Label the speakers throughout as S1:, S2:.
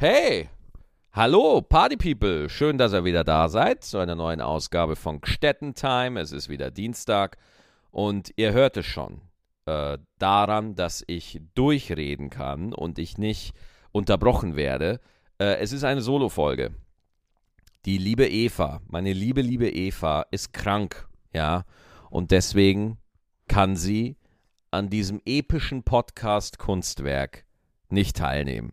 S1: Hey, hallo Party People, schön, dass ihr wieder da seid zu einer neuen Ausgabe von Gstetten Time. Es ist wieder Dienstag und ihr hört es schon daran, dass ich durchreden kann und ich nicht unterbrochen werde. Es ist eine Solo-Folge. Die liebe Eva, meine liebe Eva ist krank, ja, und deswegen kann sie an diesem epischen Podcast-Kunstwerk nicht teilnehmen.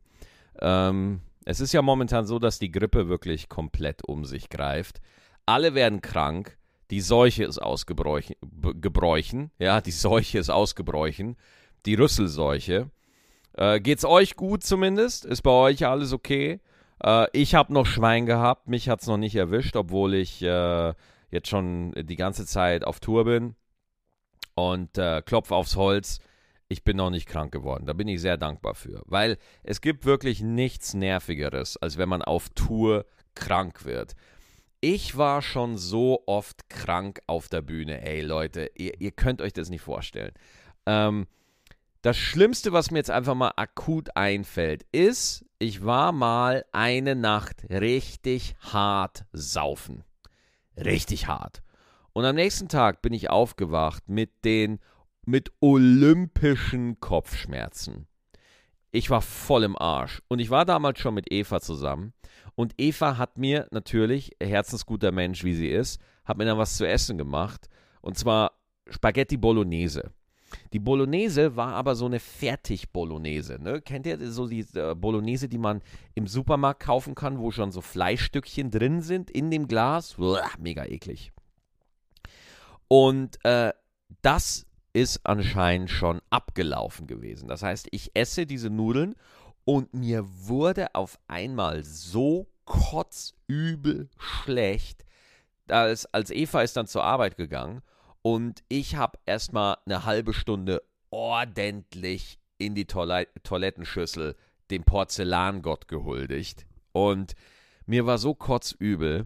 S1: Es ist ja momentan so, dass die Grippe wirklich komplett um sich greift. Alle werden krank. Die Seuche ist ausgebräuchen. Ja, die Seuche ist ausgebräuchen. Die Rüsselseuche. Geht's euch gut zumindest? Ist bei euch alles okay? Ich habe noch Schwein gehabt. Mich hat's noch nicht erwischt, obwohl ich jetzt schon die ganze Zeit auf Tour bin. Und klopf aufs Holz. Ich bin noch nicht krank geworden. Da bin ich sehr dankbar für. Weil es gibt wirklich nichts Nervigeres, als wenn man auf Tour krank wird. Ich war schon so oft krank auf der Bühne. Ey Leute, ihr könnt euch das nicht vorstellen. Das Schlimmste, was mir jetzt einfach mal akut einfällt, ist, ich war mal eine Nacht richtig hart saufen. Richtig hart. Und am nächsten Tag bin ich aufgewacht mit olympischen Kopfschmerzen. Ich war voll im Arsch. Und ich war damals schon mit Eva zusammen. Und Eva hat mir natürlich, herzensguter Mensch wie sie ist, hat mir dann was zu essen gemacht. Und zwar Spaghetti Bolognese. Die Bolognese war aber so eine Fertig-Bolognese. Ne? Kennt ihr so die Bolognese, die man im Supermarkt kaufen kann, wo schon so Fleischstückchen drin sind in dem Glas? Uah, mega eklig. Und das ist anscheinend schon abgelaufen gewesen. Das heißt, ich esse diese Nudeln und mir wurde auf einmal so kotzübel schlecht, als Eva ist dann zur Arbeit gegangen und ich habe erstmal eine halbe Stunde ordentlich in die Toilettenschüssel dem Porzellangott gehuldigt und mir war so kotzübel,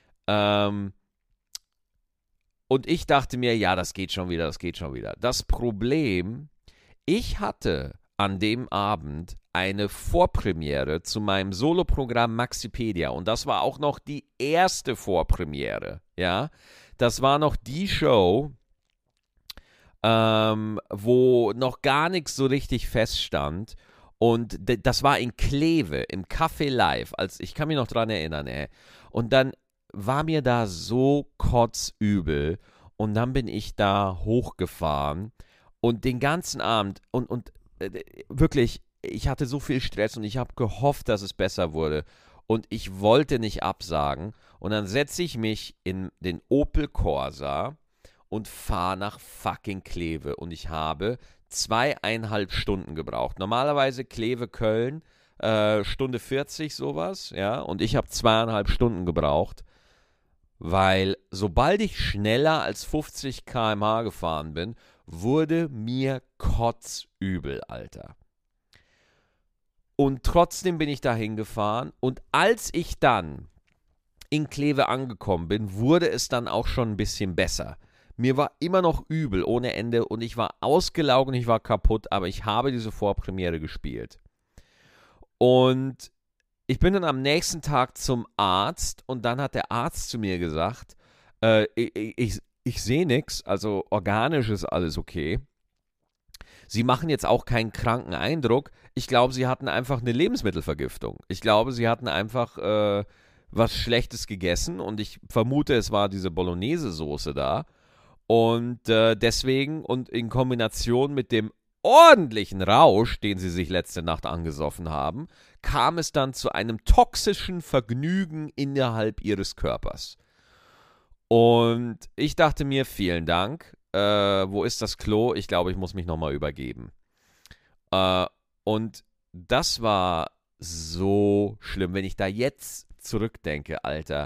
S1: und ich dachte mir, ja, das geht schon wieder. Das Problem, ich hatte an dem Abend eine Vorpremiere zu meinem Soloprogramm Maxipedia. Und das war auch noch die erste Vorpremiere, ja. Das war noch die Show, wo noch gar nichts so richtig feststand. Und das war in Kleve, im Café Live. Ich kann mich noch dran erinnern, ey. Und dann war mir da so kotzübel und dann bin ich da hochgefahren und den ganzen Abend und wirklich, ich hatte so viel Stress und ich habe gehofft, dass es besser wurde und ich wollte nicht absagen und dann setze ich mich in den Opel Corsa und fahre nach fucking Kleve und ich habe 2,5 Stunden gebraucht. Normalerweise Kleve-Köln, Stunde 40 sowas, ja, und ich habe 2,5 Stunden gebraucht. Weil sobald ich schneller als 50 km/h gefahren bin, wurde mir kotzübel, Alter. Und trotzdem bin ich da hingefahren und als ich dann in Kleve angekommen bin, wurde es dann auch schon ein bisschen besser. Mir war immer noch übel ohne Ende und ich war ausgelaugt und ich war kaputt, aber ich habe diese Vorpremiere gespielt. Und ich bin dann am nächsten Tag zum Arzt und dann hat der Arzt zu mir gesagt, ich sehe nichts, also organisch ist alles okay. Sie machen jetzt auch keinen kranken Eindruck. Ich glaube, Sie hatten einfach eine Lebensmittelvergiftung. Ich glaube, Sie hatten einfach was Schlechtes gegessen und ich vermute, es war diese Bolognese-Soße da. Und deswegen und in Kombination mit dem ordentlichen Rausch, den sie sich letzte Nacht angesoffen haben, kam es dann zu einem toxischen Vergnügen innerhalb ihres Körpers. Und ich dachte mir, vielen Dank, wo ist das Klo? Ich glaube, ich muss mich nochmal übergeben. Und das war so schlimm, wenn ich da jetzt zurückdenke, Alter.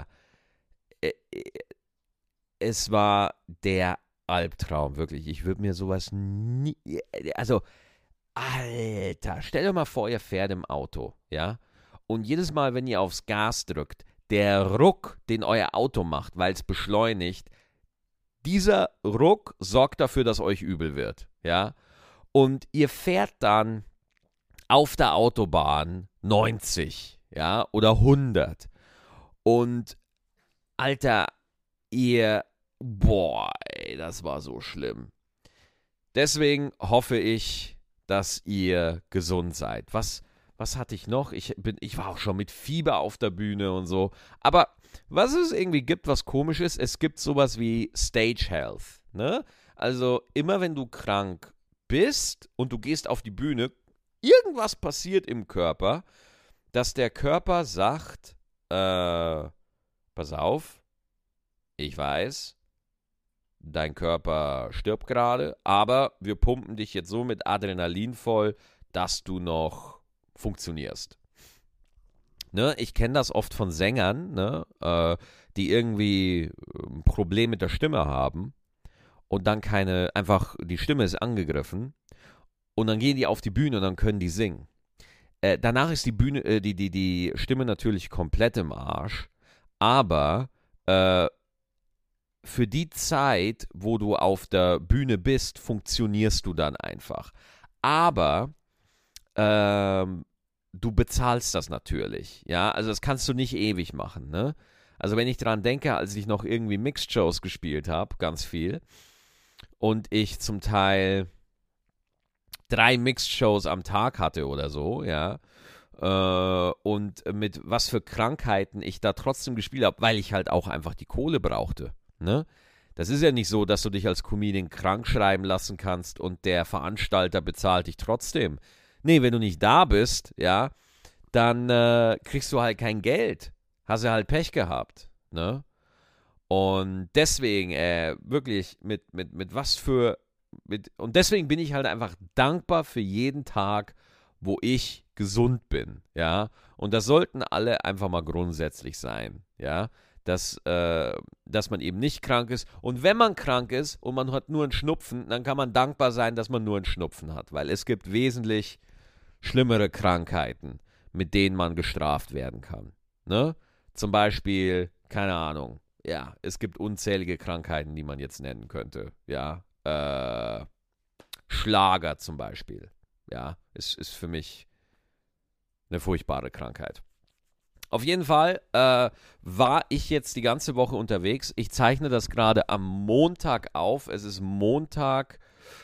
S1: Es war der Albtraum, wirklich. Ich würde mir sowas nie. Also, Alter, stell dir mal vor, ihr fährt im Auto, ja? Und jedes Mal, wenn ihr aufs Gas drückt, der Ruck, den euer Auto macht, weil es beschleunigt, dieser Ruck sorgt dafür, dass euch übel wird, ja? Und ihr fährt dann auf der Autobahn 90, ja, oder 100. Und, Alter, boah, ey, das war so schlimm. Deswegen hoffe ich, dass ihr gesund seid. Was hatte ich noch? Ich war auch schon mit Fieber auf der Bühne und so. Aber was es irgendwie gibt, was komisch ist, es gibt sowas wie Stage Health. Ne? Also immer wenn du krank bist und du gehst auf die Bühne, irgendwas passiert im Körper, dass der Körper sagt, pass auf, ich weiß, dein Körper stirbt gerade, aber wir pumpen dich jetzt so mit Adrenalin voll, dass du noch funktionierst. Ne? Ich kenne das oft von Sängern, ne? Die irgendwie ein Problem mit der Stimme haben und dann einfach die Stimme ist angegriffen und dann gehen die auf die Bühne und dann können die singen. Danach ist die Stimme natürlich komplett im Arsch, aber für die Zeit, wo du auf der Bühne bist, funktionierst du dann einfach. Aber du bezahlst das natürlich, ja, also das kannst du nicht ewig machen, ne? Also wenn ich dran denke, als ich noch irgendwie Mixed-Shows gespielt habe, ganz viel, und ich zum Teil 3 Mixed-Shows am Tag hatte oder so, ja, und mit was für Krankheiten ich da trotzdem gespielt habe, weil ich halt auch einfach die Kohle brauchte, ne? Das ist ja nicht so, dass du dich als Comedian krank schreiben lassen kannst und der Veranstalter bezahlt dich trotzdem. Nee, wenn du nicht da bist, ja, dann kriegst du halt kein Geld. Hast du halt Pech gehabt, ne? Und deswegen, wirklich, und deswegen bin ich halt einfach dankbar für jeden Tag, wo ich gesund bin, ja. Und das sollten alle einfach mal grundsätzlich sein, ja. Dass man eben nicht krank ist. Und wenn man krank ist und man hat nur einen Schnupfen, dann kann man dankbar sein, dass man nur einen Schnupfen hat, weil es gibt wesentlich schlimmere Krankheiten, mit denen man gestraft werden kann. Ne? Zum Beispiel, keine Ahnung, ja, es gibt unzählige Krankheiten, die man jetzt nennen könnte. Ja, Schlager zum Beispiel. Ja, ist für mich eine furchtbare Krankheit. Auf jeden Fall war ich jetzt die ganze Woche unterwegs. Ich zeichne das gerade am Montag auf. Es ist Montag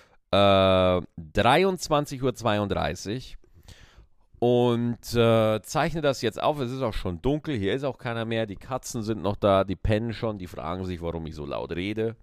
S1: 23:32 Uhr. Und zeichne das jetzt auf. Es ist auch schon dunkel. Hier ist auch keiner mehr. Die Katzen sind noch da. Die pennen schon. Die fragen sich, warum ich so laut rede.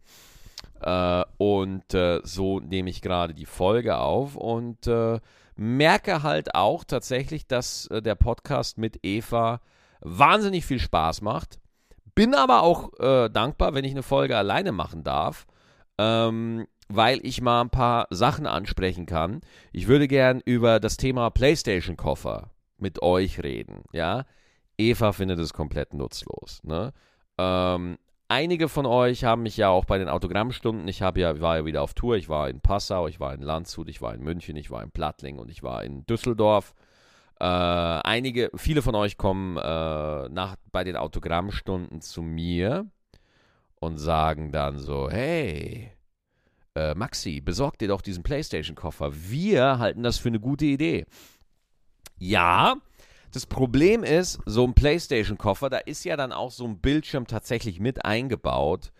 S1: So nehme ich gerade die Folge auf. Und merke halt auch tatsächlich, dass der Podcast mit Eva wahnsinnig viel Spaß macht. Bin aber auch dankbar, wenn ich eine Folge alleine machen darf. Weil ich mal ein paar Sachen ansprechen kann. Ich würde gern über das Thema PlayStation-Koffer mit euch reden, ja. Eva findet es komplett nutzlos, ne? Einige von euch haben mich ja auch bei den Autogrammstunden, war ja wieder auf Tour, ich war in Passau, ich war in Landshut, ich war in München, ich war in Plattling und ich war in Düsseldorf. Viele von euch kommen bei den Autogrammstunden zu mir und sagen dann so, hey, Maxi, besorg dir doch diesen PlayStation-Koffer. Wir halten das für eine gute Idee. Ja, das Problem ist, so ein PlayStation-Koffer, da ist ja dann auch so ein Bildschirm tatsächlich mit eingebaut.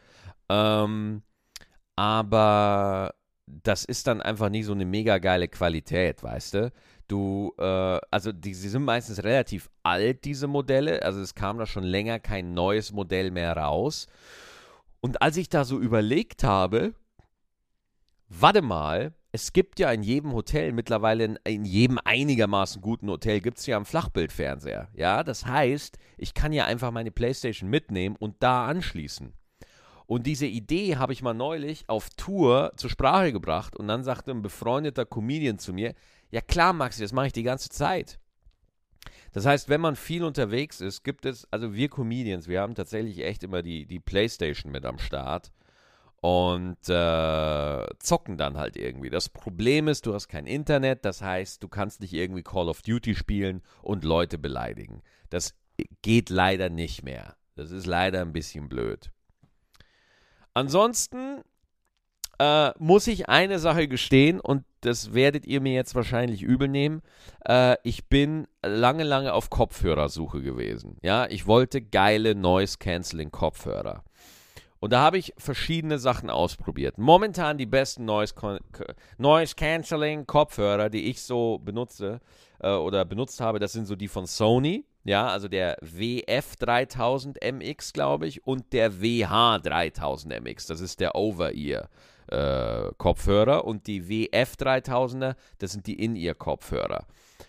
S1: Aber das ist dann einfach nicht so eine mega geile Qualität, weißt du? Sie sind meistens relativ alt, diese Modelle. Also es kam da schon länger kein neues Modell mehr raus. Und als ich da so überlegt habe, warte mal, es gibt ja in jedem Hotel, mittlerweile in jedem einigermaßen guten Hotel, gibt es ja einen Flachbildfernseher. Ja, das heißt, ich kann ja einfach meine Playstation mitnehmen und da anschließen. Und diese Idee habe ich mal neulich auf Tour zur Sprache gebracht und dann sagte ein befreundeter Comedian zu mir, ja klar, Maxi, das mache ich die ganze Zeit. Das heißt, wenn man viel unterwegs ist, also wir Comedians, wir haben tatsächlich echt immer die Playstation mit am Start. Und zocken dann halt irgendwie. Das Problem ist, du hast kein Internet, das heißt, du kannst nicht irgendwie Call of Duty spielen und Leute beleidigen. Das geht leider nicht mehr. Das ist leider ein bisschen blöd. Ansonsten muss ich eine Sache gestehen und das werdet ihr mir jetzt wahrscheinlich übel nehmen. Ich bin lange, lange auf Kopfhörersuche gewesen. Ja, ich wollte geile Noise-Canceling-Kopfhörer. Und da habe ich verschiedene Sachen ausprobiert. Momentan die besten Noise-Canceling-Kopfhörer, die ich so benutze oder benutzt habe, das sind so die von Sony. Ja, also der WF3000MX, glaube ich, und der WH3000MX. Das ist der Over-Ear-Kopfhörer. Und die WF3000er, das sind die In-Ear-Kopfhörer.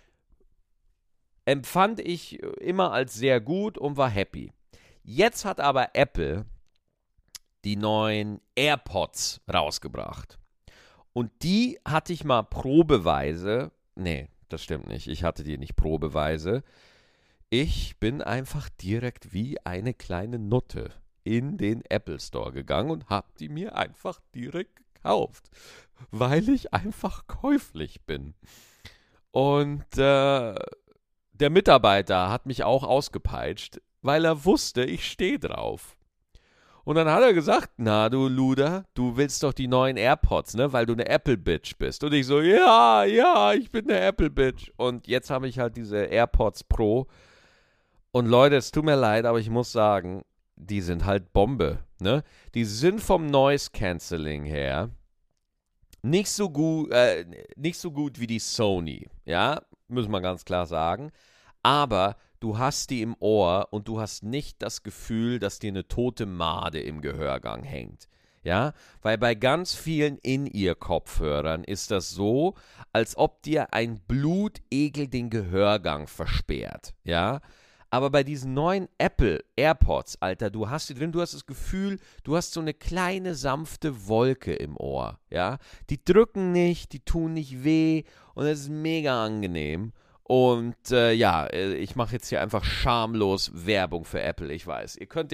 S1: Empfand ich immer als sehr gut und war happy. Jetzt hat aber Apple die neuen AirPods rausgebracht. Und die hatte ich mal probeweise. Nee, das stimmt nicht. Ich hatte die nicht probeweise. Ich bin einfach direkt wie eine kleine Nutte in den Apple Store gegangen und habe die mir einfach direkt gekauft, weil ich einfach käuflich bin. Und der Mitarbeiter hat mich auch ausgepeitscht, weil er wusste, ich stehe drauf. Und dann hat er gesagt, na du Luder, du willst doch die neuen AirPods, ne, weil du eine Apple-Bitch bist. Und ich so, ja, ich bin eine Apple-Bitch. Und jetzt habe ich halt diese AirPods Pro. Und Leute, es tut mir leid, aber ich muss sagen, die sind halt Bombe, ne? Die sind vom Noise Cancelling her nicht so gut wie die Sony, ja, müssen wir ganz klar sagen. Aber du hast die im Ohr und du hast nicht das Gefühl, dass dir eine tote Made im Gehörgang hängt. Ja, weil bei ganz vielen In-Ear-Kopfhörern ist das so, als ob dir ein Blutegel den Gehörgang versperrt. Ja, aber bei diesen neuen Apple AirPods, Alter, du hast die drin, du hast das Gefühl, du hast so eine kleine sanfte Wolke im Ohr, ja. Die drücken nicht, die tun nicht weh und es ist mega angenehm. Und ich mache jetzt hier einfach schamlos Werbung für Apple, ich weiß. Ihr könnt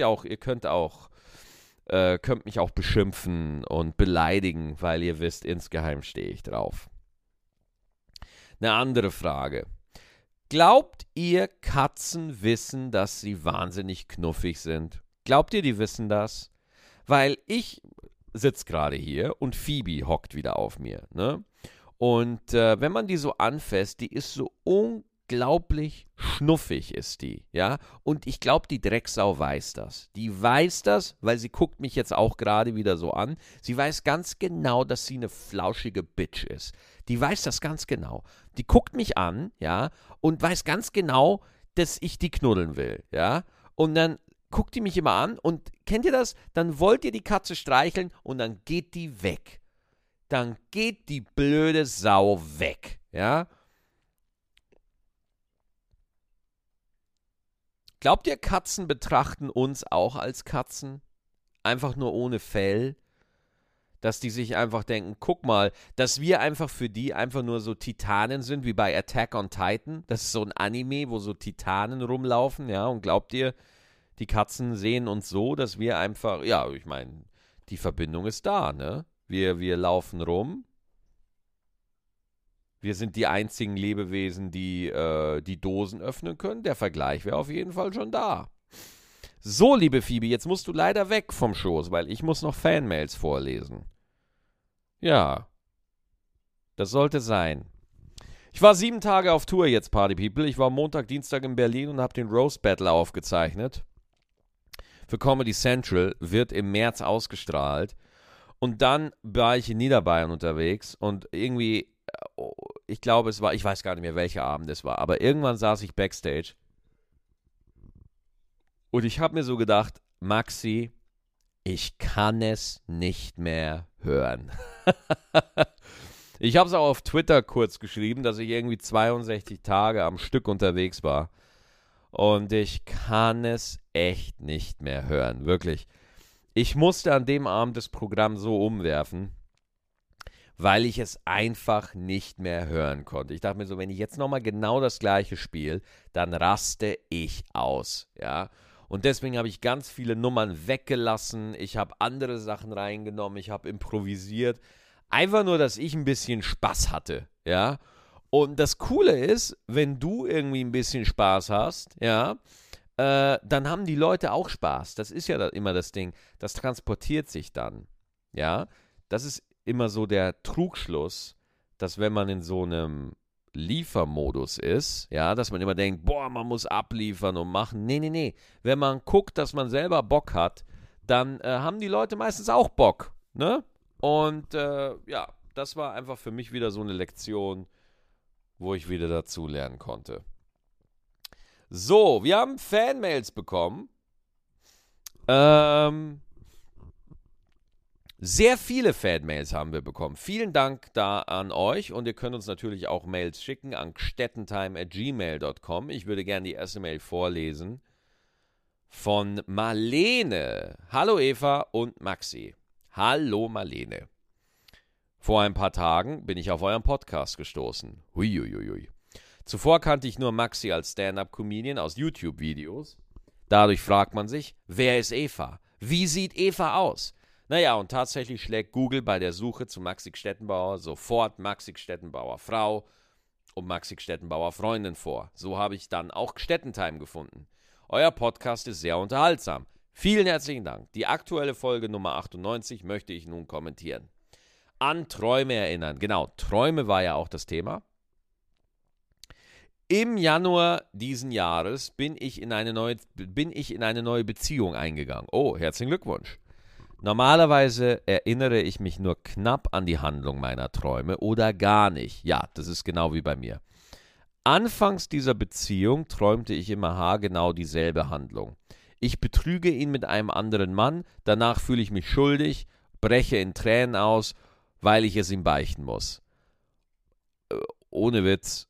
S1: mich auch beschimpfen und beleidigen, weil ihr wisst, insgeheim stehe ich drauf. Eine andere Frage. Glaubt ihr, Katzen wissen, dass sie wahnsinnig knuffig sind? Glaubt ihr, die wissen das? Weil ich sitze gerade hier und Phoebe hockt wieder auf mir, ne? Und wenn man die so anfasst, die ist so unglaublich schnuffig, ist die, ja? Und ich glaube, die Drecksau weiß das. Die weiß das, weil sie guckt mich jetzt auch gerade wieder so an. Sie weiß ganz genau, dass sie eine flauschige Bitch ist. Die weiß das ganz genau. Die guckt mich an, ja, und weiß ganz genau, dass ich die knuddeln will, ja. Und dann guckt die mich immer an und kennt ihr das? Dann wollt ihr die Katze streicheln und dann geht die weg. Dann geht die blöde Sau weg, ja. Glaubt ihr, Katzen betrachten uns auch als Katzen? Einfach nur ohne Fell? Dass die sich einfach denken, guck mal, dass wir einfach für die einfach nur so Titanen sind, wie bei Attack on Titan. Das ist so ein Anime, wo so Titanen rumlaufen, ja. Und glaubt ihr, die Katzen sehen uns so, dass wir einfach, ja, ich meine, die Verbindung ist da, ne? Wir laufen rum. Wir sind die einzigen Lebewesen, die die Dosen öffnen können. Der Vergleich wäre auf jeden Fall schon da. So, liebe Phoebe, jetzt musst du leider weg vom Schoß, weil ich muss noch Fanmails vorlesen. Ja, das sollte sein. Ich war 7 Tage auf Tour jetzt, Party People. Ich war Montag, Dienstag in Berlin und habe den Roast Battle aufgezeichnet. Für Comedy Central, wird im März ausgestrahlt. Und dann war ich in Niederbayern unterwegs und irgendwie, ich glaube, ich weiß gar nicht mehr, welcher Abend es war, aber irgendwann saß ich Backstage und ich habe mir so gedacht, Maxi, ich kann es nicht mehr hören. Ich habe es auch auf Twitter kurz geschrieben, dass ich irgendwie 62 Tage am Stück unterwegs war. Und ich kann es echt nicht mehr hören, wirklich. Ich musste an dem Abend das Programm so umwerfen, weil ich es einfach nicht mehr hören konnte. Ich dachte mir so, wenn ich jetzt nochmal genau das gleiche spiele, dann raste ich aus, ja. Und deswegen habe ich ganz viele Nummern weggelassen, ich habe andere Sachen reingenommen, ich habe improvisiert. Einfach nur, dass ich ein bisschen Spaß hatte, ja. Und das Coole ist, wenn du irgendwie ein bisschen Spaß hast, ja, dann haben die Leute auch Spaß. Das ist ja immer das Ding. Das transportiert sich dann, ja. Das ist immer so der Trugschluss, dass wenn man in so einem Liefermodus ist, ja, dass man immer denkt, boah, man muss abliefern und machen. Nee. Wenn man guckt, dass man selber Bock hat, dann haben die Leute meistens auch Bock, ne? Und ja, das war einfach für mich wieder so eine Lektion, wo ich wieder dazu lernen konnte. So, wir haben Fanmails bekommen. Sehr viele Fanmails haben wir bekommen. Vielen Dank da an euch und ihr könnt uns natürlich auch Mails schicken an gstettentime@gmail.com. Ich würde gerne die erste Mail vorlesen von Marlene. Hallo Eva und Maxi. Hallo Marlene. Vor ein paar Tagen bin ich auf euren Podcast gestoßen. Huiuiui. Zuvor kannte ich nur Maxi als Stand-Up-Comedian aus YouTube-Videos. Dadurch fragt man sich, wer ist Eva? Wie sieht Eva aus? Naja, und tatsächlich schlägt Google bei der Suche zu Maxi Stettenbauer sofort Maxi Stettenbauer Frau und Maxi Stettenbauer Freundin vor. So habe ich dann auch Gstettentime gefunden. Euer Podcast ist sehr unterhaltsam. Vielen herzlichen Dank. Die aktuelle Folge Nummer 98 möchte ich nun kommentieren. An Träume erinnern. Genau, Träume war ja auch das Thema. Im Januar diesen Jahres bin ich in eine neue Beziehung eingegangen. Oh, herzlichen Glückwunsch. Normalerweise erinnere ich mich nur knapp an die Handlung meiner Träume oder gar nicht. Ja, das ist genau wie bei mir. Anfangs dieser Beziehung träumte ich immer haargenau dieselbe Handlung. Ich betrüge ihn mit einem anderen Mann, danach fühle ich mich schuldig, breche in Tränen aus, weil ich es ihm beichten muss. Ohne Witz,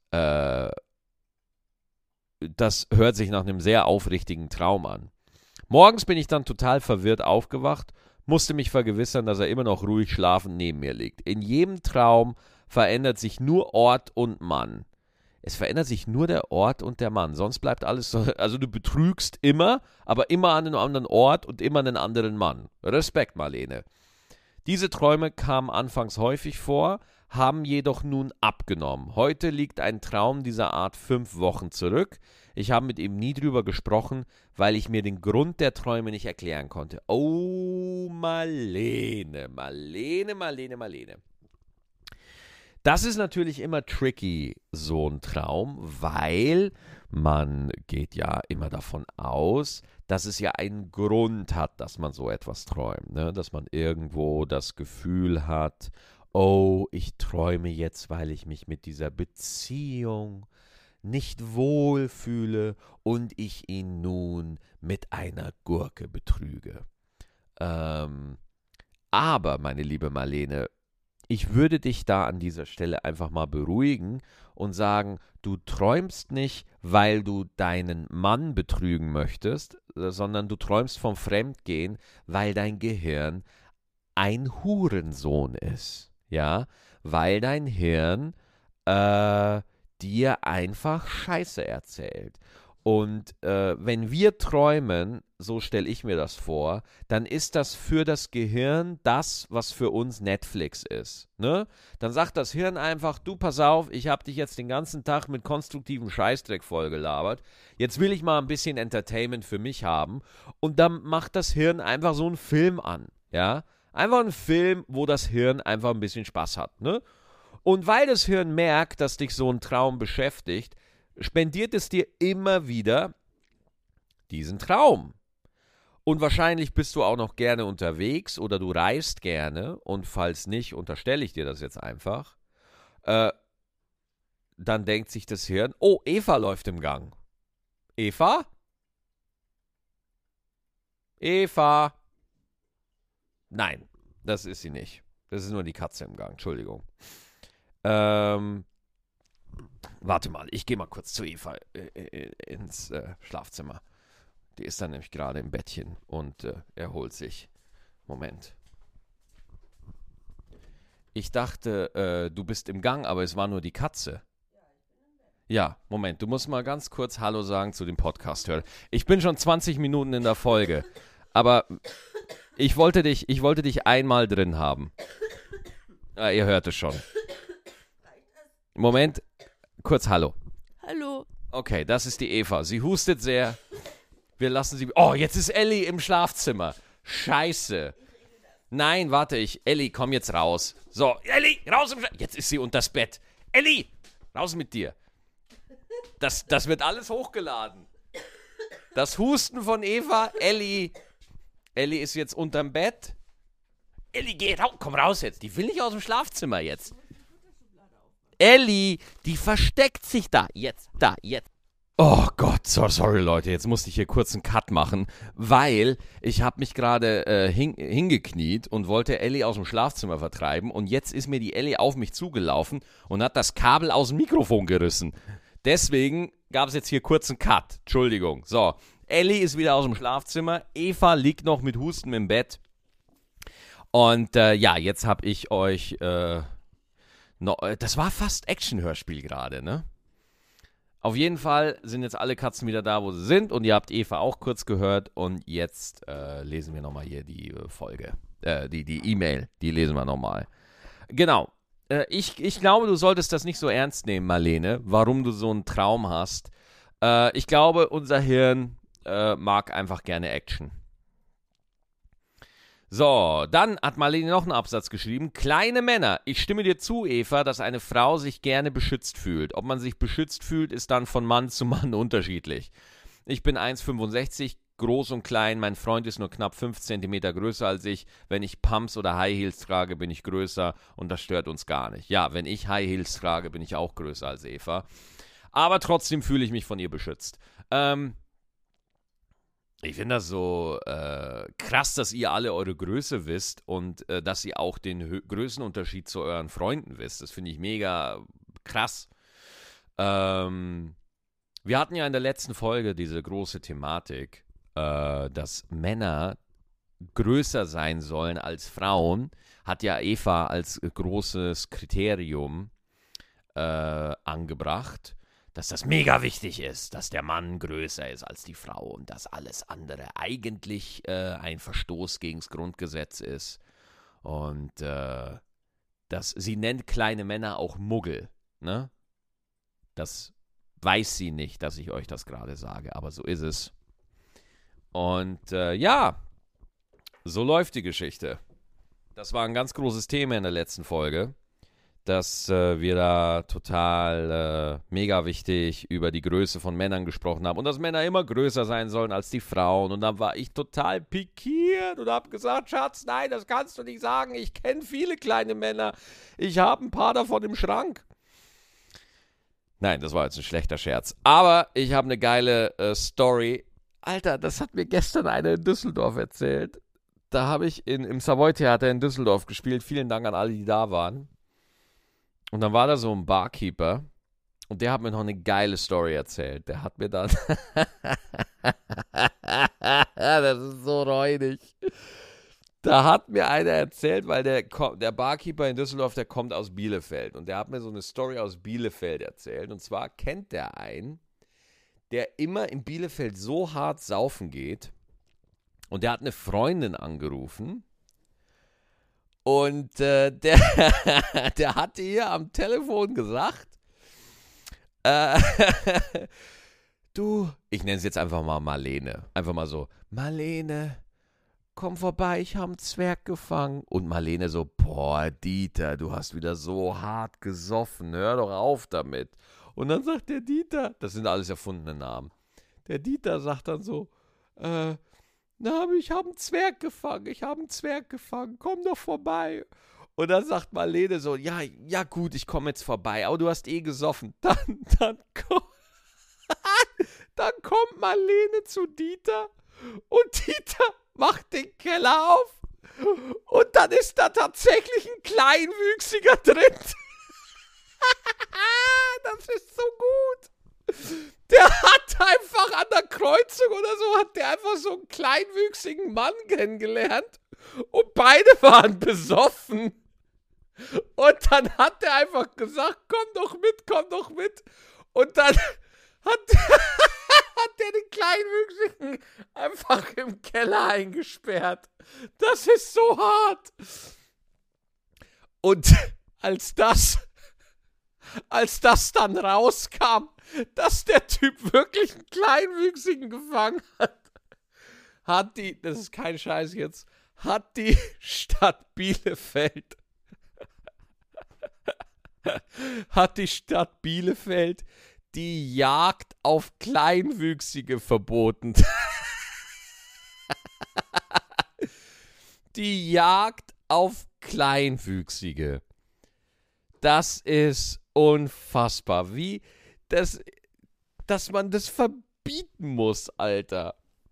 S1: das hört sich nach einem sehr aufrichtigen Traum an. Morgens bin ich dann total verwirrt aufgewacht, musste mich vergewissern, dass er immer noch ruhig schlafend neben mir liegt. In jedem Traum verändert sich nur Ort und Mann. Es verändert sich nur der Ort und der Mann, sonst bleibt alles so, also du betrügst immer, aber immer an einem anderen Ort und immer einen anderen Mann. Respekt, Marlene. Diese Träume kamen anfangs häufig vor, haben jedoch nun abgenommen. Heute liegt ein Traum dieser Art 5 Wochen zurück. Ich habe mit ihm nie drüber gesprochen, weil ich mir den Grund der Träume nicht erklären konnte. Oh, Marlene. Das ist natürlich immer tricky, so ein Traum, weil man geht ja immer davon aus, dass es ja einen Grund hat, dass man so etwas träumt, ne? Dass man irgendwo das Gefühl hat, oh, ich träume jetzt, weil ich mich mit dieser Beziehung nicht wohlfühle und ich ihn nun mit einer Gurke betrüge. Aber, meine liebe Marlene, ich würde dich da an dieser Stelle einfach mal beruhigen und sagen, du träumst nicht, weil du deinen Mann betrügen möchtest, sondern du träumst vom Fremdgehen, weil dein Gehirn ein Hurensohn ist. Ja, weil dein Hirn dir einfach Scheiße erzählt. Und wenn wir träumen, so stelle ich mir das vor, dann ist das für das Gehirn das, was für uns Netflix ist. Ne? Dann sagt das Hirn einfach, du pass auf, ich habe dich jetzt den ganzen Tag mit konstruktivem Scheißdreck vollgelabert. Jetzt will ich mal ein bisschen Entertainment für mich haben. Und dann macht das Hirn einfach so einen Film an. Ja? Einfach ein Film, wo das Hirn einfach ein bisschen Spaß hat. Ne? Und weil das Hirn merkt, dass dich so ein Traum beschäftigt, spendiert es dir immer wieder diesen Traum. Und wahrscheinlich bist du auch noch gerne unterwegs oder du reist gerne. Und falls nicht, unterstelle ich dir das jetzt einfach. Dann denkt sich das Hirn, oh, Eva läuft im Gang. Eva? Eva? Nein, das ist sie nicht. Das ist nur die Katze im Gang, Entschuldigung. Warte mal, ich gehe mal kurz zu Eva ins Schlafzimmer. Die ist dann nämlich gerade im Bettchen und erholt sich. Moment. Ich dachte, du bist im Gang, aber es war nur die Katze. Ja, Moment, du musst mal ganz kurz Hallo sagen zu dem Podcast-Hörer. Ich bin schon 20 Minuten in der Folge, aber ich wollte dich einmal drin haben. Ah, ihr hört es schon. Moment, kurz Hallo.
S2: Hallo.
S1: Okay, das ist die Eva. Sie hustet sehr. Wir lassen sie... Oh, jetzt ist Ellie im Schlafzimmer. Scheiße. Nein, warte Elli, komm jetzt raus. So, Elli, raus jetzt ist sie unters Bett. Elli, raus mit dir. Das wird alles hochgeladen. Das Husten von Eva, Elli ist jetzt unterm Bett. Elli, geh raus, komm raus jetzt. Die will nicht aus dem Schlafzimmer jetzt. Elli, die versteckt sich da. Jetzt. Oh Gott, sorry Leute, jetzt musste ich hier kurz einen Cut machen, weil ich habe mich gerade hingekniet und wollte Elli aus dem Schlafzimmer vertreiben und jetzt ist mir die Elli auf mich zugelaufen und hat das Kabel aus dem Mikrofon gerissen. Deswegen gab es jetzt hier kurz einen Cut. Entschuldigung. So, Elli ist wieder aus dem Schlafzimmer. Eva liegt noch mit Husten im Bett. Und jetzt habe ich euch das war fast Action-Hörspiel gerade, ne? Auf jeden Fall sind jetzt alle Katzen wieder da, wo sie sind. Und ihr habt Eva auch kurz gehört. Und jetzt lesen wir nochmal hier die Folge. Die E-Mail, die lesen wir nochmal. Genau. Ich glaube, du solltest das nicht so ernst nehmen, Marlene, warum du so einen Traum hast. Ich glaube, unser Hirn mag einfach gerne Action. So, dann hat Marlene noch einen Absatz geschrieben. Kleine Männer. Ich stimme dir zu, Eva, dass eine Frau sich gerne beschützt fühlt. Ob man sich beschützt fühlt, ist dann von Mann zu Mann unterschiedlich. Ich bin 1,65, groß und klein. Mein Freund ist nur knapp 5 Zentimeter größer als ich. Wenn ich Pumps oder High Heels trage, bin ich größer und das stört uns gar nicht. Ja, wenn ich High Heels trage, bin ich auch größer als Eva. Aber trotzdem fühle ich mich von ihr beschützt. Ich finde das so krass, dass ihr alle eure Größe wisst und dass ihr auch den Größenunterschied zu euren Freunden wisst. Das finde ich mega krass. Wir hatten ja in der letzten Folge diese große Thematik, dass Männer größer sein sollen als Frauen. Hat ja Eva als großes Kriterium angebracht. Dass das mega wichtig ist, dass der Mann größer ist als die Frau und dass alles andere eigentlich ein Verstoß gegen das Grundgesetz ist. Und sie nennt kleine Männer auch Muggel. Ne? Das weiß sie nicht, dass ich euch das gerade sage, aber so ist es. Und so läuft die Geschichte. Das war ein ganz großes Thema in der letzten Folge. Dass wir da total mega wichtig über die Größe von Männern gesprochen haben und dass Männer immer größer sein sollen als die Frauen. Und dann war ich total pikiert und habe gesagt, Schatz, nein, das kannst du nicht sagen. Ich kenne viele kleine Männer. Ich habe ein paar davon im Schrank. Nein, das war jetzt ein schlechter Scherz. Aber ich habe eine geile Story. Alter, das hat mir gestern einer in Düsseldorf erzählt. Da habe ich im Savoy Theater in Düsseldorf gespielt. Vielen Dank an alle, die da waren. Und dann war da so ein Barkeeper und der hat mir noch eine geile Story erzählt. Der hat mir dann... Das ist so räudig. Da hat mir einer erzählt, weil der Barkeeper in Düsseldorf, der kommt aus Bielefeld. Und der hat mir so eine Story aus Bielefeld erzählt. Und zwar kennt der einen, der immer in Bielefeld so hart saufen geht. Und der hat eine Freundin angerufen. Und der hatte ihr am Telefon gesagt, du, ich nenne es jetzt einfach mal Marlene. Einfach mal so, Marlene, komm vorbei, ich habe einen Zwerg gefangen. Und Marlene so, boah, Dieter, du hast wieder so hart gesoffen, hör doch auf damit. Und dann sagt der Dieter, das sind alles erfundene Namen, der Dieter sagt dann so, ich habe einen Zwerg gefangen, komm doch vorbei. Und dann sagt Marlene so, ja gut, ich komme jetzt vorbei, aber du hast eh gesoffen. Dann kommt Marlene zu Dieter und Dieter macht den Keller auf und dann ist da tatsächlich ein Kleinwüchsiger drin. Das ist so gut. Der hat einfach an der Kreuzung oder so, hat der einfach so einen kleinwüchsigen Mann kennengelernt und beide waren besoffen. Und dann hat er einfach gesagt, komm doch mit. Und dann hat der den Kleinwüchsigen einfach im Keller eingesperrt. Das ist so hart. Und als das dann rauskam, dass der Typ wirklich einen Kleinwüchsigen gefangen hat, das ist kein Scheiß jetzt, hat die Stadt Bielefeld die Jagd auf Kleinwüchsige verboten. Die Jagd auf Kleinwüchsige. Das ist unfassbar. Wie, dass man das verbieten muss, Alter.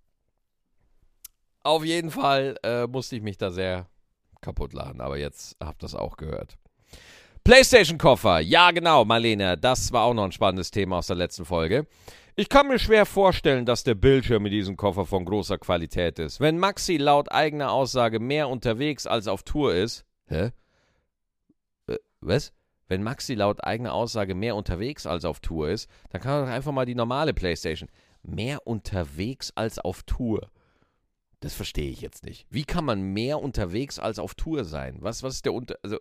S1: Auf jeden Fall musste ich mich da sehr kaputt lachen, aber jetzt habt ihr das auch gehört. PlayStation-Koffer, ja genau, Marlene, das war auch noch ein spannendes Thema aus der letzten Folge. Ich kann mir schwer vorstellen, dass der Bildschirm in diesem Koffer von großer Qualität ist. Wenn Maxi laut eigener Aussage mehr unterwegs als auf Tour ist... Hä? Was? Wenn Maxi laut eigener Aussage mehr unterwegs als auf Tour ist, dann kann er doch einfach mal die normale PlayStation. Mehr unterwegs als auf Tour. Das verstehe ich jetzt nicht. Wie kann man mehr unterwegs als auf Tour sein? Was ist der Also...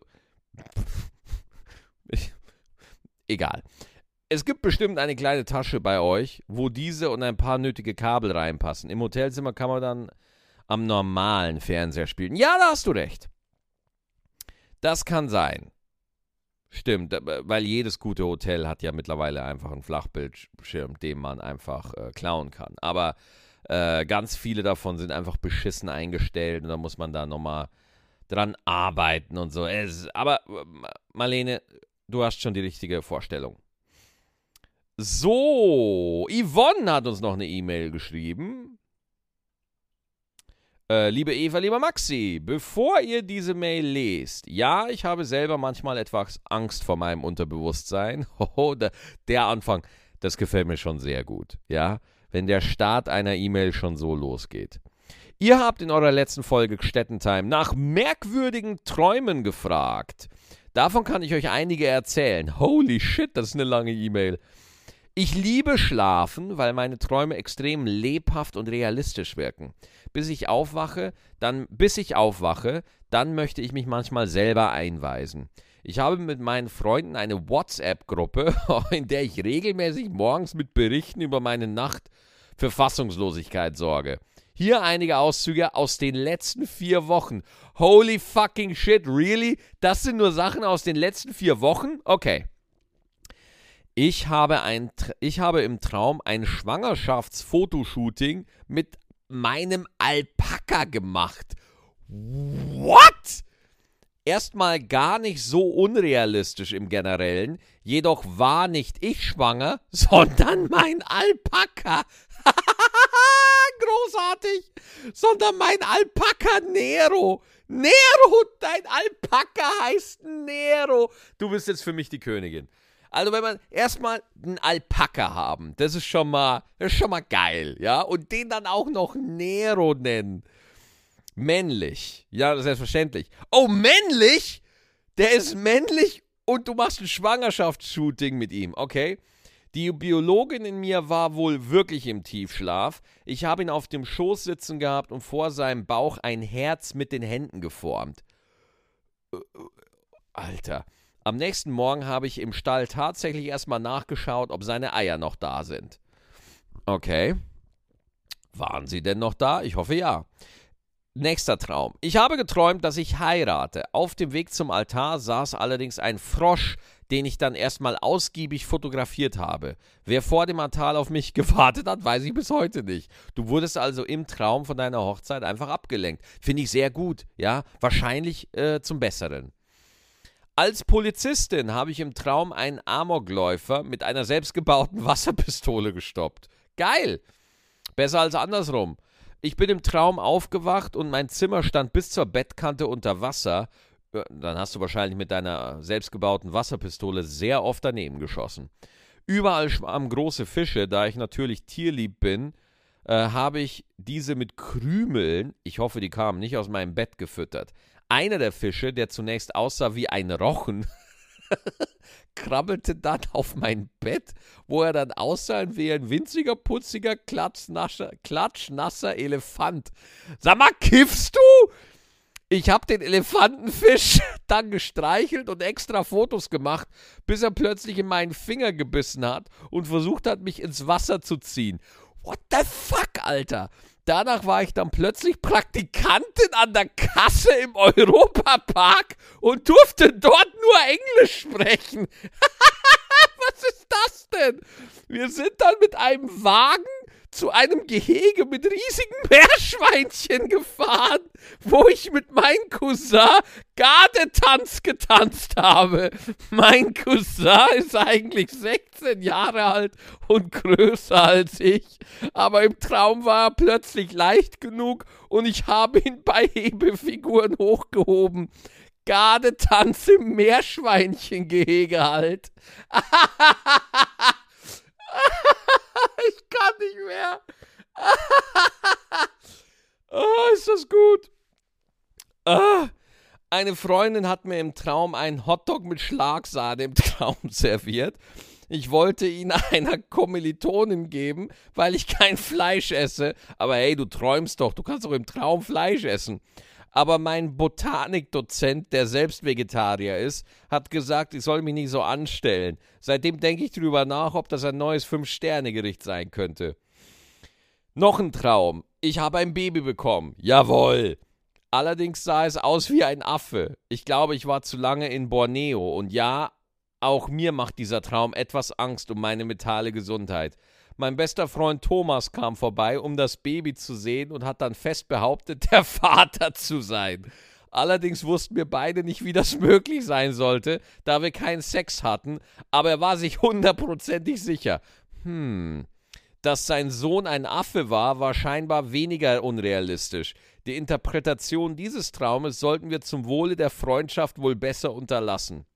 S1: Egal. Es gibt bestimmt eine kleine Tasche bei euch, wo diese und ein paar nötige Kabel reinpassen. Im Hotelzimmer kann man dann am normalen Fernseher spielen. Ja, da hast du recht. Das kann sein. Stimmt, weil jedes gute Hotel hat ja mittlerweile einfach einen Flachbildschirm, den man einfach klauen kann. Aber ganz viele davon sind einfach beschissen eingestellt und da muss man da nochmal dran arbeiten und so. Aber Marlene, du hast schon die richtige Vorstellung. So, Yvonne hat uns noch eine E-Mail geschrieben. Liebe Eva, lieber Maxi, bevor ihr diese Mail lest, ja, ich habe selber manchmal etwas Angst vor meinem Unterbewusstsein. Der Anfang, das gefällt mir schon sehr gut, ja, wenn der Start einer E-Mail schon so losgeht. Ihr habt in eurer letzten Folge Gstettentime nach merkwürdigen Träumen gefragt. Davon kann ich euch einige erzählen. Holy shit, das ist eine lange E-Mail. Ich liebe Schlafen, weil meine Träume extrem lebhaft und realistisch wirken. Bis ich aufwache, dann möchte ich mich manchmal selber einweisen. Ich habe mit meinen Freunden eine WhatsApp-Gruppe, in der ich regelmäßig morgens mit Berichten über meine Nacht für Fassungslosigkeit sorge. Hier einige Auszüge aus den letzten 4 Wochen. Holy fucking shit, really? Das sind nur Sachen aus den letzten 4 Wochen? Okay. Ich habe im Traum ein Schwangerschaftsfotoshooting mit meinem Alpaka gemacht. What? Erstmal gar nicht so unrealistisch im Generellen, jedoch war nicht ich schwanger, sondern mein Alpaka. Großartig. Sondern mein Alpaka Nero. Nero, dein Alpaka heißt Nero. Du bist jetzt für mich die Königin. Also wenn man erstmal einen Alpaka haben, das ist schon mal geil, ja? Und den dann auch noch Nero nennen. Männlich. Ja, selbstverständlich. Oh, männlich? Der ist männlich und du machst ein Schwangerschaftsshooting mit ihm, okay? Die Biologin in mir war wohl wirklich im Tiefschlaf. Ich habe ihn auf dem Schoß sitzen gehabt und vor seinem Bauch ein Herz mit den Händen geformt. Alter. Am nächsten Morgen habe ich im Stall tatsächlich erstmal nachgeschaut, ob seine Eier noch da sind. Okay. Waren sie denn noch da? Ich hoffe ja. Nächster Traum. Ich habe geträumt, dass ich heirate. Auf dem Weg zum Altar saß allerdings ein Frosch, den ich dann erstmal ausgiebig fotografiert habe. Wer vor dem Altar auf mich gewartet hat, weiß ich bis heute nicht. Du wurdest also im Traum von deiner Hochzeit einfach abgelenkt. Finde ich sehr gut, ja. Wahrscheinlich zum Besseren. Als Polizistin habe ich im Traum einen Amokläufer mit einer selbstgebauten Wasserpistole gestoppt. Geil! Besser als andersrum. Ich bin im Traum aufgewacht und mein Zimmer stand bis zur Bettkante unter Wasser. Dann hast du wahrscheinlich mit deiner selbstgebauten Wasserpistole sehr oft daneben geschossen. Überall schwammen große Fische, da ich natürlich tierlieb bin, habe ich diese mit Krümeln, ich hoffe, die kamen nicht aus meinem Bett, gefüttert. Einer der Fische, der zunächst aussah wie ein Rochen, krabbelte dann auf mein Bett, wo er dann aussah wie ein winziger, putziger, klatschnasser Elefant. Sag mal, kiffst du? Ich habe den Elefantenfisch dann gestreichelt und extra Fotos gemacht, bis er plötzlich in meinen Finger gebissen hat und versucht hat, mich ins Wasser zu ziehen. What the fuck, Alter? Danach war ich dann plötzlich Praktikantin an der Kasse im Europapark und durfte dort nur Englisch sprechen. Was ist das denn? Wir sind dann mit einem Wagen zu einem Gehege mit riesigen Meerschweinchen gefahren, wo ich mit meinem Cousin Gardetanz getanzt habe. Mein Cousin ist eigentlich 16 Jahre alt und größer als ich, aber im Traum war er plötzlich leicht genug und ich habe ihn bei Hebefiguren hochgehoben. Gardetanz im Meerschweinchengehege halt. Ich kann nicht mehr. Oh, ist das gut. Eine Freundin hat mir im Traum einen Hotdog mit Schlagsahne im Traum serviert. Ich wollte ihn einer Kommilitonin geben, weil ich kein Fleisch esse. Aber hey, du träumst doch, du kannst doch im Traum Fleisch essen. Aber mein Botanikdozent, der selbst Vegetarier ist, hat gesagt, ich soll mich nicht so anstellen. Seitdem denke ich drüber nach, ob das ein neues 5-Sterne-Gericht sein könnte. Noch ein Traum. Ich habe ein Baby bekommen. Jawohl. Allerdings sah es aus wie ein Affe. Ich glaube, ich war zu lange in Borneo. Und ja, auch mir macht dieser Traum etwas Angst um meine mentale Gesundheit. Mein bester Freund Thomas kam vorbei, um das Baby zu sehen und hat dann fest behauptet, der Vater zu sein. Allerdings wussten wir beide nicht, wie das möglich sein sollte, da wir keinen Sex hatten, aber er war sich 100%ig sicher. Dass sein Sohn ein Affe war, war scheinbar weniger unrealistisch. Die Interpretation dieses Traumes sollten wir zum Wohle der Freundschaft wohl besser unterlassen.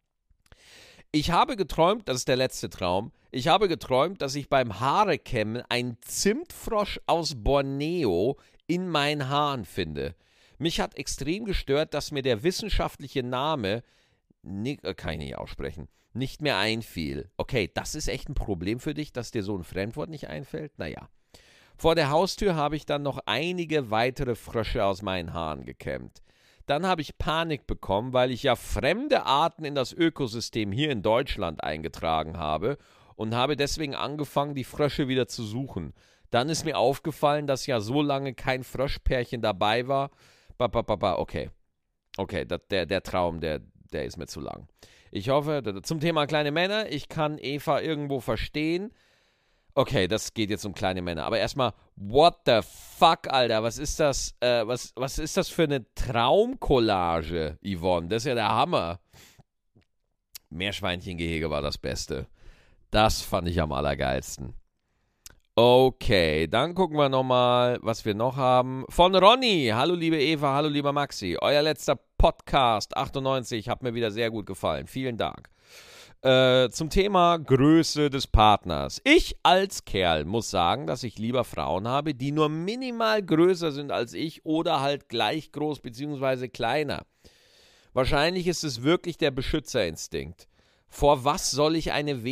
S1: Ich habe geträumt, das ist der letzte Traum, ich habe geträumt, dass ich beim Haarekämmen einen Zimtfrosch aus Borneo in meinen Haaren finde. Mich hat extrem gestört, dass mir der wissenschaftliche Name, kann ich nicht aussprechen, nicht mehr einfiel. Okay, das ist echt ein Problem für dich, dass dir so ein Fremdwort nicht einfällt? Naja. Vor der Haustür habe ich dann noch einige weitere Frösche aus meinen Haaren gekämmt. Dann habe ich Panik bekommen, weil ich ja fremde Arten in das Ökosystem hier in Deutschland eingetragen habe und habe deswegen angefangen, die Frösche wieder zu suchen. Dann ist mir aufgefallen, dass ja so lange kein Fröschpärchen dabei war. Okay, der Traum, der ist mir zu lang. Ich hoffe, zum Thema kleine Männer, ich kann Eva irgendwo verstehen. Okay, das geht jetzt um kleine Männer. Aber erstmal, what the fuck, Alter? Was ist das? Was ist das für eine Traumcollage, Yvonne? Das ist ja der Hammer. Meerschweinchengehege war das Beste. Das fand ich am allergeilsten. Okay, dann gucken wir nochmal, was wir noch haben. Von Ronny. Hallo, liebe Eva. Hallo, lieber Maxi. Euer letzter Podcast, 98, hat mir wieder sehr gut gefallen. Vielen Dank. Zum Thema Größe des Partners. Ich als Kerl muss sagen, dass ich lieber Frauen habe, die nur minimal größer sind als ich oder halt gleich groß bzw. kleiner. Wahrscheinlich ist es wirklich der Beschützerinstinkt. Vor was soll ich eine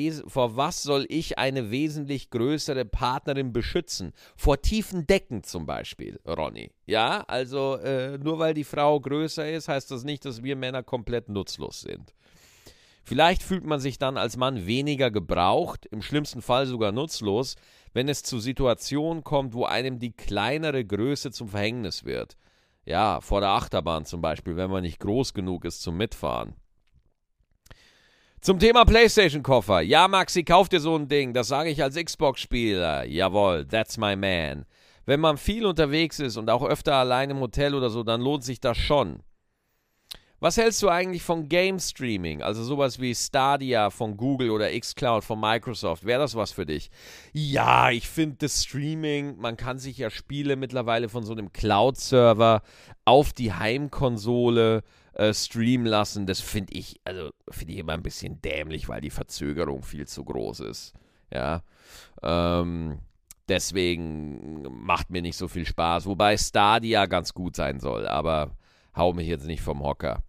S1: wesentlich größere Partnerin beschützen? Vor tiefen Decken zum Beispiel, Ronny. Ja, also nur weil die Frau größer ist, heißt das nicht, dass wir Männer komplett nutzlos sind. Vielleicht fühlt man sich dann als Mann weniger gebraucht, im schlimmsten Fall sogar nutzlos, wenn es zu Situationen kommt, wo einem die kleinere Größe zum Verhängnis wird. Ja, vor der Achterbahn zum Beispiel, wenn man nicht groß genug ist zum Mitfahren. Zum Thema PlayStation-Koffer. Ja, Maxi, kauf dir so ein Ding. Das sage ich als Xbox-Spieler. Jawohl, that's my man. Wenn man viel unterwegs ist und auch öfter allein im Hotel oder so, dann lohnt sich das schon. Was hältst du eigentlich von Game Streaming? Also sowas wie Stadia von Google oder xCloud von Microsoft. Wäre das was für dich? Ja, ich finde das Streaming, man kann sich ja Spiele mittlerweile von so einem Cloud-Server auf die Heimkonsole streamen lassen. Das finde ich immer ein bisschen dämlich, weil die Verzögerung viel zu groß ist. Ja, deswegen macht mir nicht so viel Spaß. Wobei Stadia ganz gut sein soll, aber hau mich jetzt nicht vom Hocker.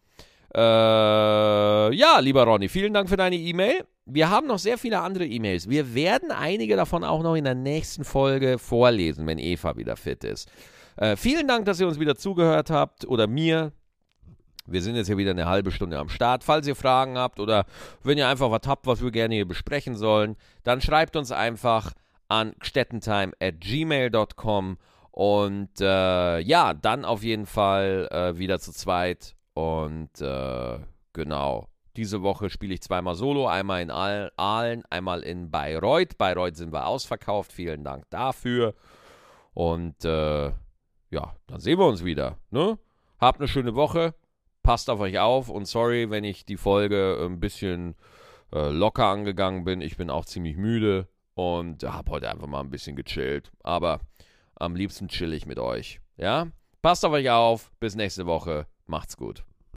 S1: Ja, lieber Ronny, vielen Dank für deine E-Mail. Wir haben noch sehr viele andere E-Mails. Wir werden einige davon auch noch in der nächsten Folge vorlesen, wenn Eva wieder fit ist. Vielen Dank, dass ihr uns wieder zugehört habt oder mir. Wir sind jetzt hier wieder eine halbe Stunde am Start. Falls ihr Fragen habt oder wenn ihr einfach was habt, was wir gerne hier besprechen sollen, dann schreibt uns einfach an gstettentime@gmail.com Und ja, dann auf jeden Fall wieder zu zweit. Und genau, diese Woche spiele ich zweimal Solo, einmal in Aalen, einmal in Bayreuth. Bayreuth sind wir ausverkauft, vielen Dank dafür. Und ja, dann sehen wir uns wieder. Ne? Habt eine schöne Woche, passt auf euch auf und sorry, wenn ich die Folge ein bisschen locker angegangen bin. Ich bin auch ziemlich müde und habe heute einfach mal ein bisschen gechillt. Aber am liebsten chill ich mit euch. Ja? Passt auf euch auf. Bis nächste Woche. Macht's gut.